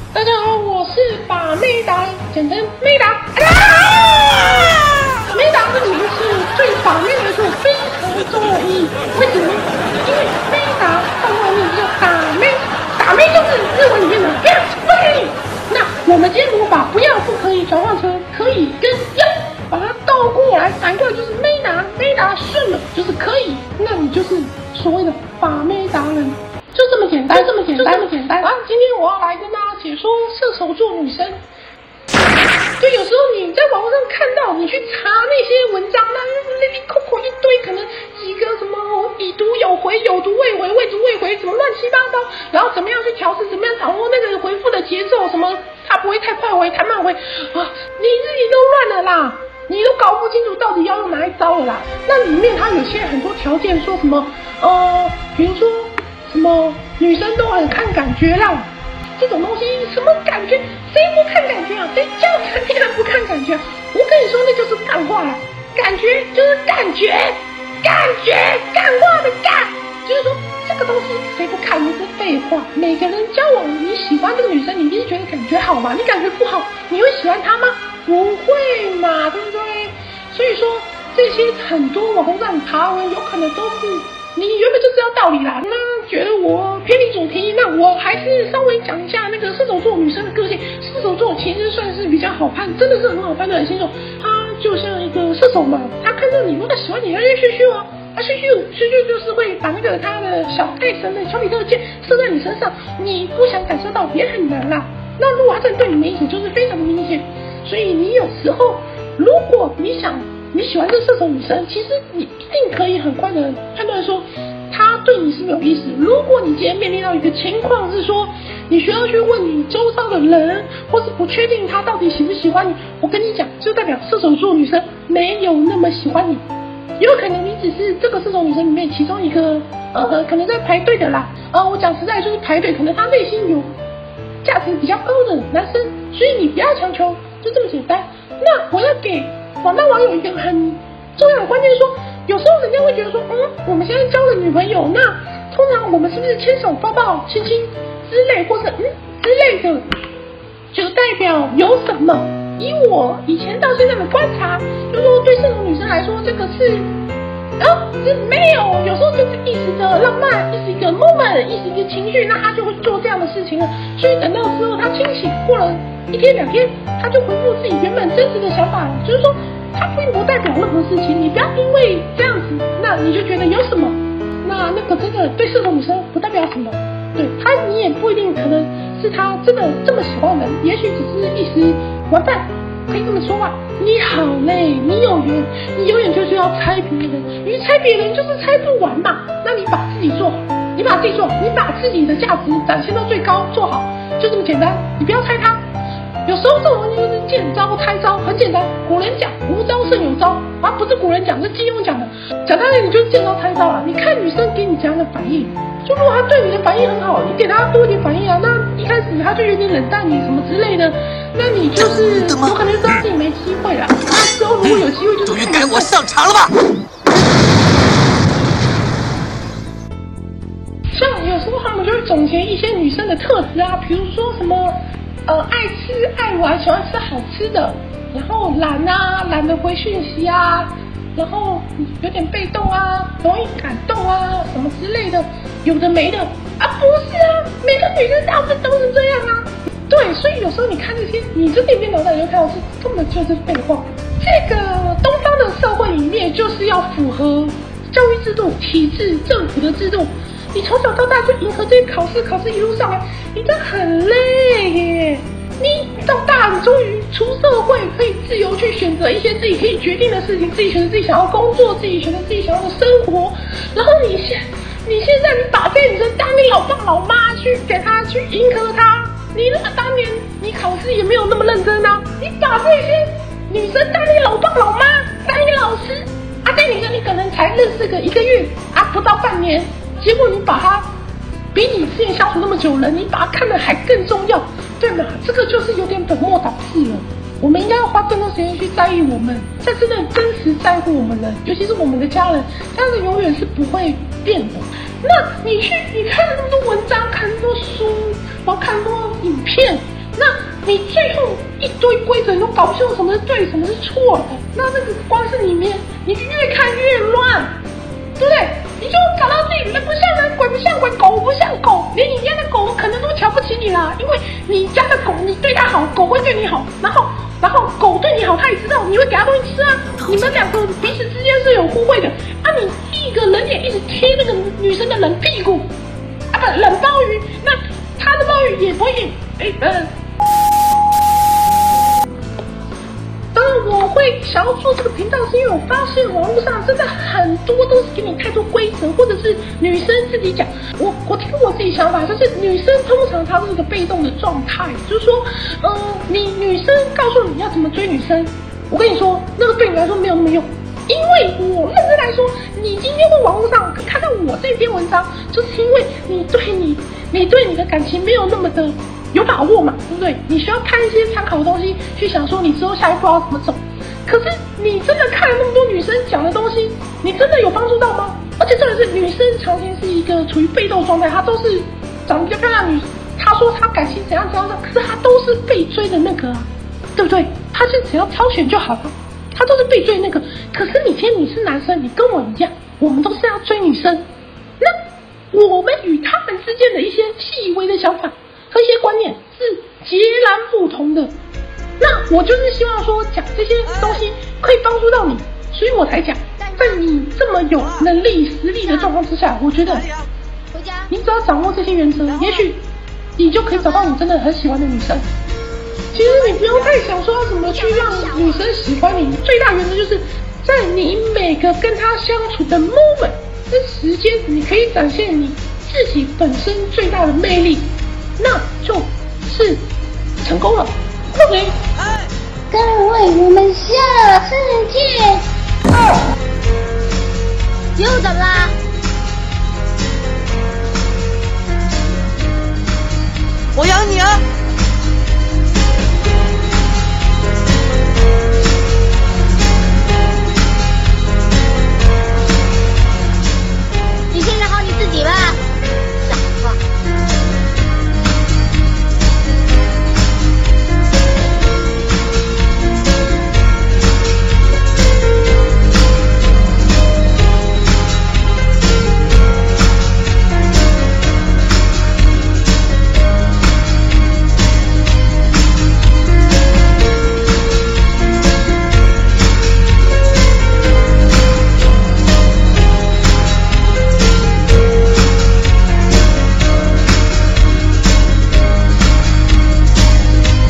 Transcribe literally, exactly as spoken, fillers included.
大家好，我是把妹达，简称妹达。啊！妹达这个名字对把妹来说非常的重要意义，为什么？因为妹达放外面叫打妹，打妹就是日文里面的不要不可以。那我们今天如果把不要不可以转换成可以跟要，把它倒过来，反过来就是妹达，妹达顺了就是可以，那你就是所谓的把妹达人。就这么简单，这么简单，这么简单啊！今天我要来跟大家解说射手座女生。就有时候你在网络上看到，你去查那些文章，那那里扣扣一堆，可能几个什么已读有回、有读未回、未读未回，什么乱七八糟，然后怎么样去调试，怎么样掌握那个回复的节奏，什么它不会太快回、太慢回啊，你自己都乱了啦。你都搞不清楚到底要用哪一招了啦。那里面它有些很多条件，说什么呃，比如说。什么女生都很看感觉啦，这种东西什么感觉？谁不看感觉啊？谁叫谈恋爱不看感觉？我跟你说，那就是干话了。感觉就是感觉，感觉干话的干，就是说这个东西谁不看？那是废话。每个人交往，你喜欢这个女生，你一定是觉得感觉好嘛？你感觉不好，你会喜欢她吗？不会嘛，对不对？所以说这些很多网上爬文，有可能都是。你原本就知道道理啦，那觉得我偏离主题，那我还是稍微讲一下那个射手座女生的个性。射手座其实算是比较好判，真的是很好判断的星座。他就像一个射手嘛，他看到你，如果他喜欢你，他就咻咻啊，他咻咻咻咻就是会把那个他的小太神的小李特箭射在你身上，你不想感受到也很难啦。那如果他真的对你明显，就是非常的明显。所以你有时候，如果你想。你喜欢这射手女生，其实你一定可以很快的判断说，她对你是没有意思。如果你今天面临到一个情况是说，你需要去问你周遭的人，或是不确定她到底喜不喜欢你，我跟你讲，就代表射手座女生没有那么喜欢你。有可能你只是这个射手女生里面其中一个，呃，可能在排队的啦。呃，我讲实在就是排队，可能她内心有价值比较高的男生，所以你不要强求，就这么简单。那我要给。广大网友一个很重要的观念说，有时候人家会觉得说，嗯，我们现在交了女朋友，那通常我们是不是牵手、抱抱、亲亲之类，或者嗯之类的，就代表有什么？以我以前到现在的观察，就说对这种女生来说，这个是啊，是没有，有时候就是一时的浪漫，一时一个 moment， 一时一个情绪，那她就会做这样的事情了。所以等到之后她清醒过了。一天两天，他就回复自己原本真实的想法了，就是说，他并不代表任何事情，你不要因为这样子，那你就觉得有什么，那那个真的对射手女生不代表什么，对他你也不一定可能是他真的这么喜欢人，也许只是一时玩伴，可以这么说吧。你好累，你有缘，你永远就是要猜别人，你猜别人就是猜不完嘛，那你把自己做好，你把自己做好，你把自己的价值展现到最高，做好，就这么简单，你不要猜他。有时候这种东西就是见招拆招，很简单。古人讲无招胜有招，啊，不是古人讲，是金庸讲的。讲到这里就是见招拆招了。你看女生给你这样的反应，就如果她对你的反应很好，你给她多一点反应啊。那一开始她就有点冷淡你什么之类的，那你就是有可能知道自己没机会了。那之后如果有机会，就是终于该我上场了吧？ 像有时候他们就会总结一些女生的特质啊，比如说什么。呃，爱吃爱玩，喜欢吃好吃的，然后懒啊，懒得回讯息啊，然后有点被动啊，容易感动啊，什么之类的，有的没的啊，不是啊，每个女生大部分都是这样啊。对，所以有时候你看这些，你这点点脑袋你就看到是根本就是废话。这个东方的社会里面就是要符合教育制度、体制、政府的制度。你从小到大就迎合这些考试，考试一路上来，你真的很累耶。你到大，你终于出社会，可以自由去选择一些自己可以决定的事情，自己选择自己想要工作，自己选择自己想要的生活。然后你现你现在你把这个女生当你老爸老妈去给她去迎合她，你如果当年你考试也没有那么认真啊，你把这些女生当你老爸老妈，当你老师啊，这女生你可能才认识个一个月啊，不到半年。结果你把他比你之前相处那么久了，你把他看得还更重要，对吗？这个就是有点本末倒置了。我们应该要花更多时间去在意我们，才真的真实在乎我们人，尤其是我们的家人，家人永远是不会变的。那你去，你看了那么多文章，看那么多书，然后看那么多影片， 那你最后一堆规则你都搞不清楚什么是对，什么是错的，那那个光是里面你就越看越乱，对不对？你就搞到自己人不像人，鬼不像鬼，狗不像狗，连你家的狗可能都瞧不起你啦，因为你家的狗你对它好，狗会对你好，然后然后狗对你好，它也知道你会给它东西吃啊，你们两个彼此之间是有互惠的啊，你一个人脸一直贴那个女生的冷屁股啊，不冷鲍鱼，那他的鲍鱼也不会哎呃。当然我会想要做这个频道，是因为我发现网络上真的很多都是给你太多规则，或者是女生自己讲。我我听我自己想法，就是女生通常她是一个被动的状态，就是说，呃，你女生告诉你要怎么追女生，我跟你说，那个对你来说没有那么用，因为我认真来说，你今天在网络上看到我这篇文章，就是因为你对你你对你的感情没有那么的有把握嘛，对不对？你需要看一些参考的东西，去想说你之后下一步要怎么走。可是你真的看了那么多女生讲的东西，你真的有帮助到吗？而且重点是，女生长期是一个处于被动状态，她都是长得比较漂亮的女，她说她感情怎样怎样，可是她都是被追的那个啊，对不对？她就只要挑选就好了，她都是被追那个。可是你今天你是男生，你跟我一样，我们都是要追女生，那我们与他们之间的一些细微的想法和一些观念是截然不同的，那我就是希望说讲这些东西可以帮助到你，所以我才讲，在你这么有能力实力的状况之下，我觉得你只要掌握这些原则，也许你就可以找到你真的很喜欢的女生。其实你不用太想说要怎么去让女生喜欢你，最大原则就是在你每个跟她相处的 moment 跟时间，你可以展现你自己本身最大的魅力，那就是成功了。OK， 各位，我们下次见。 二， 又怎么啦？